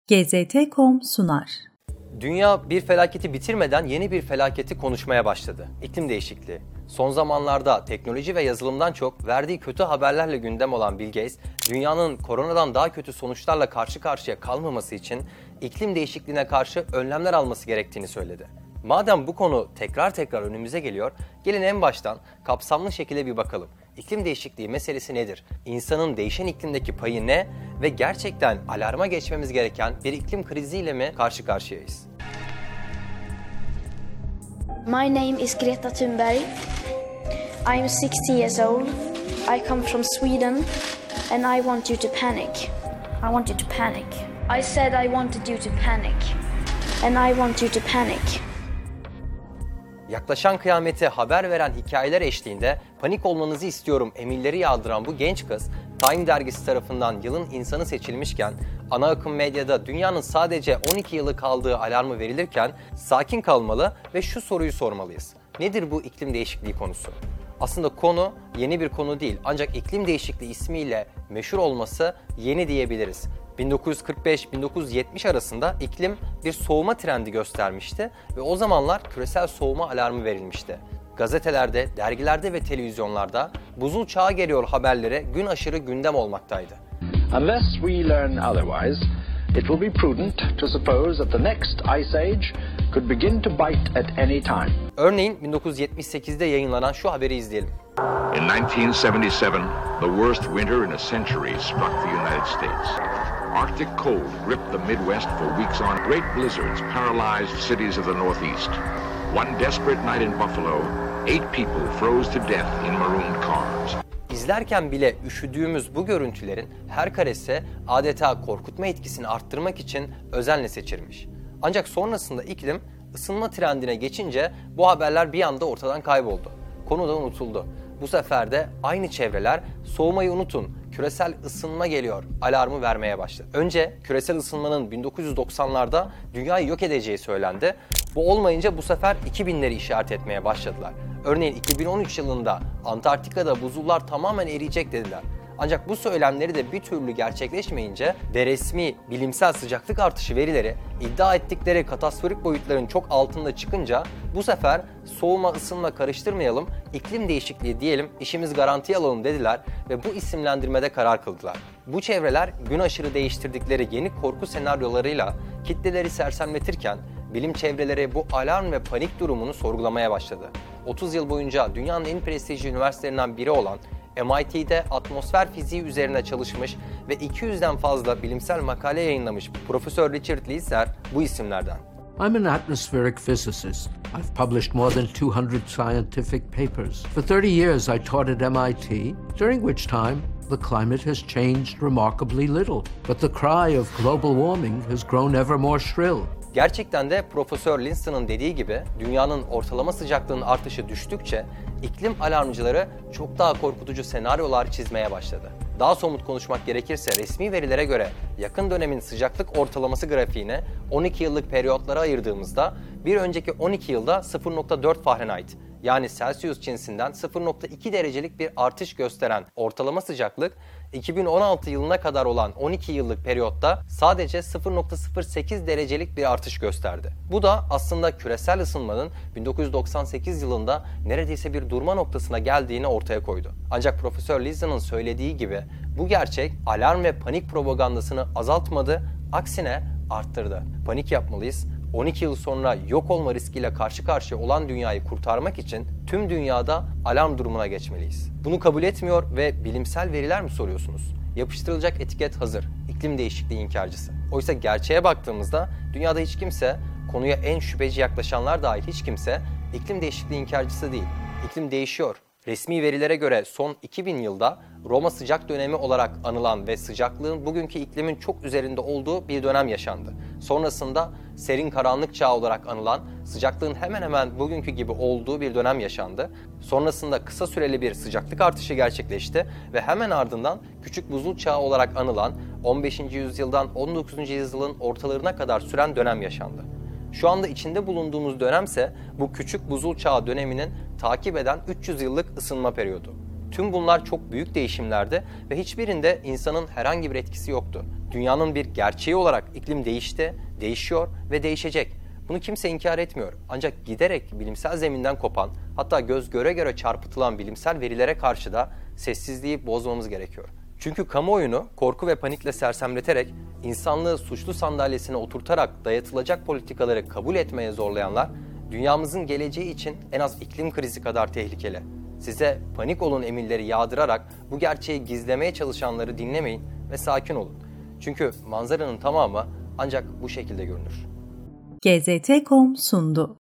GZT.com sunar. Dünya bir felaketi bitirmeden yeni bir felaketi konuşmaya başladı. İklim değişikliği. Son zamanlarda teknoloji ve yazılımdan çok verdiği kötü haberlerle gündem olan Bill Gates, dünyanın koronadan daha kötü sonuçlarla karşı karşıya kalmaması için iklim değişikliğine karşı önlemler alması gerektiğini söyledi. Madem bu konu tekrar önümüze geliyor, gelin en baştan kapsamlı şekilde bir bakalım. İklim değişikliği meselesi nedir? İnsanın değişen iklimdeki payı ne ve gerçekten alarma geçmemiz gereken bir iklim kriziyle mi karşı karşıyayız? My name is Greta Thunberg. I'm 60 years old. I come from Sweden and I want you to panic. I want you to panic. I said I wanted you to panic. And I want you to panic. Yaklaşan kıyamete haber veren hikayeler eşliğinde panik olmanızı istiyorum emirleri yağdıran bu genç kız, Time dergisi tarafından yılın insanı seçilmişken, ana akım medyada dünyanın sadece 12 yılı kaldığı alarmı verilirken sakin kalmalı ve şu soruyu sormalıyız. Nedir bu iklim değişikliği konusu? Aslında konu yeni bir konu değil, ancak iklim değişikliği ismiyle meşhur olması yeni diyebiliriz. 1945-1970 arasında iklim bir soğuma trendi göstermişti ve o zamanlar küresel soğuma alarmı verilmişti. Gazetelerde, dergilerde ve televizyonlarda buzul çağı geliyor haberleri gün aşırı gündem olmaktaydı. Unless we learn otherwise, it will be prudent to suppose that the next ice age could begin to bite at any time. Örneğin 1978'de yayınlanan şu haberi izleyelim. In 1977, the worst winter in a century struck the United States. Arctic cold gripped the Midwest for weeks on. Great blizzards paralyzed cities of the Northeast. One desperate night in Buffalo, 8 people froze to death in marooned cars. İzlerken bile üşüdüğümüz bu görüntülerin her karesi adeta korkutma etkisini arttırmak için özenle seçilmiş. Ancak sonrasında iklim ısınma trendine geçince bu haberler bir anda ortadan kayboldu. Konu da unutuldu. Bu sefer de aynı çevreler soğumayı unutun, küresel ısınma geliyor alarmı vermeye başladı. Önce küresel ısınmanın 1990'larda dünyayı yok edeceği söylendi. Bu olmayınca bu sefer 2000'leri işaret etmeye başladılar. Örneğin 2013 yılında Antarktika'da buzullar tamamen eriyecek dediler. Ancak bu söylemleri de bir türlü gerçekleşmeyince ve resmi bilimsel sıcaklık artışı verileri iddia ettikleri katastropik boyutların çok altında çıkınca bu sefer soğuma ısınma karıştırmayalım, iklim değişikliği diyelim, işimiz garantiye alalım dediler ve bu isimlendirmede karar kıldılar. Bu çevreler gün aşırı değiştirdikleri yeni korku senaryolarıyla kitleleri sersemletirken bilim çevreleri bu alarm ve panik durumunu sorgulamaya başladı. 30 yıl boyunca dünyanın en prestijli üniversitelerinden biri olan MIT'de atmosfer fiziği üzerine çalışmış ve 200'den fazla bilimsel makale yayınlamış Profesör Richard Leiser bu isimlerden. I'm an atmospheric physicist. I've published more than 200 scientific papers. For 30 years I taught at MIT, during which time the climate has changed remarkably little. But the cry of global warming has grown ever more shrill. Gerçekten de Profesör Linson'ın dediği gibi dünyanın ortalama sıcaklığının artışı düştükçe iklim alarmcıları çok daha korkutucu senaryolar çizmeye başladı. Daha somut konuşmak gerekirse resmi verilere göre yakın dönemin sıcaklık ortalaması grafiğine 12 yıllık periyotlara ayırdığımızda bir önceki 12 yılda 0.4 Fahrenheit yani Celsius cinsinden 0.2 derecelik bir artış gösteren ortalama sıcaklık 2016 yılına kadar olan 12 yıllık periyotta sadece 0.08 derecelik bir artış gösterdi. Bu da aslında küresel ısınmanın 1998 yılında neredeyse bir durma noktasına geldiğini ortaya koydu. Ancak Profesör Lison'ın söylediği gibi bu gerçek alarm ve panik propagandasını azaltmadı, aksine arttırdı. Panik yapmalıyız. 12 yıl sonra yok olma riskiyle karşı karşıya olan dünyayı kurtarmak için tüm dünyada alarm durumuna geçmeliyiz. Bunu kabul etmiyor ve bilimsel veriler mi soruyorsunuz? Yapıştırılacak etiket hazır. İklim değişikliği inkarcısı. Oysa gerçeğe baktığımızda dünyada hiç kimse, konuya en şüpheci yaklaşanlar dahil hiç kimse iklim değişikliği inkarcısı değil. İklim değişiyor. Resmi verilere göre son 2000 yılda Roma sıcak dönemi olarak anılan ve sıcaklığın bugünkü iklimin çok üzerinde olduğu bir dönem yaşandı. Sonrasında serin karanlık çağı olarak anılan, sıcaklığın hemen hemen bugünkü gibi olduğu bir dönem yaşandı. Sonrasında kısa süreli bir sıcaklık artışı gerçekleşti ve hemen ardından küçük buzul çağı olarak anılan 15. yüzyıldan 19. yüzyılın ortalarına kadar süren dönem yaşandı. Şu anda içinde bulunduğumuz dönemse bu küçük buzul çağı döneminin takip eden 300 yıllık ısınma periyodu. Tüm bunlar çok büyük değişimlerdi ve hiçbirinde insanın herhangi bir etkisi yoktu. Dünyanın bir gerçeği olarak iklim değişti, değişiyor ve değişecek. Bunu kimse inkar etmiyor. Ancak giderek bilimsel zeminden kopan, hatta göz göre göre çarpıtılan bilimsel verilere karşı da sessizliği bozmamız gerekiyor. Çünkü kamuoyunu korku ve panikle sersemleterek, insanlığı suçlu sandalyesine oturtarak dayatılacak politikaları kabul etmeye zorlayanlar, dünyamızın geleceği için en az iklim krizi kadar tehlikeli. Size panik olun emirleri yağdırarak bu gerçeği gizlemeye çalışanları dinlemeyin ve sakin olun. Çünkü manzaranın tamamı ancak bu şekilde görünür. GZT.com sundu.